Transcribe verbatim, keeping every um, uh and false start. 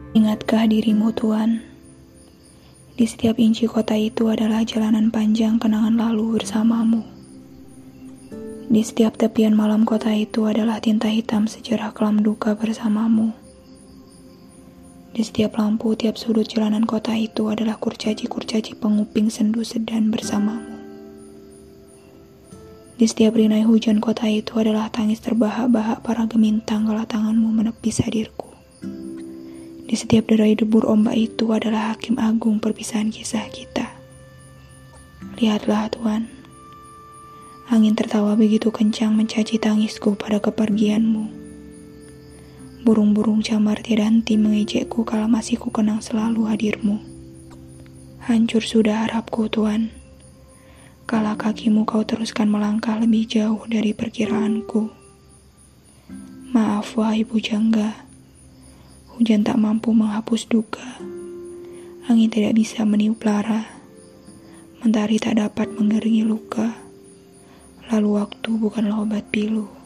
Ingatkah dirimu, Tuan? Di setiap inci kota itu adalah jalanan panjang kenangan lalu bersamamu. Di setiap tepian malam kota itu adalah tinta hitam sejarah kelam duka bersamamu. Di setiap lampu tiap sudut jalanan kota itu adalah kurcaci-kurcaci penguping sendu sedan bersamamu. Di setiap rinai hujan kota itu adalah tangis terbahak-bahak para gemintang kala tanganmu menepis hadirku. Di setiap derai debur ombak itu adalah hakim agung perpisahan kisah kita. Lihatlah, Tuan. Angin tertawa begitu kencang mencaci tangisku pada kepergianmu. Burung-burung camar tiada henti mengejekku kala masih ku kenang selalu hadirmu. Hancur sudah harapku, Tuan. Kala kakimu kau teruskan melangkah lebih jauh dari perkiraanku. Maaf, wahai pujangga. Hujan tak mampu menghapus duka. Angin tidak bisa meniup lara. Mentari tak dapat mengeringi luka. Lalu waktu bukanlah obat pilu.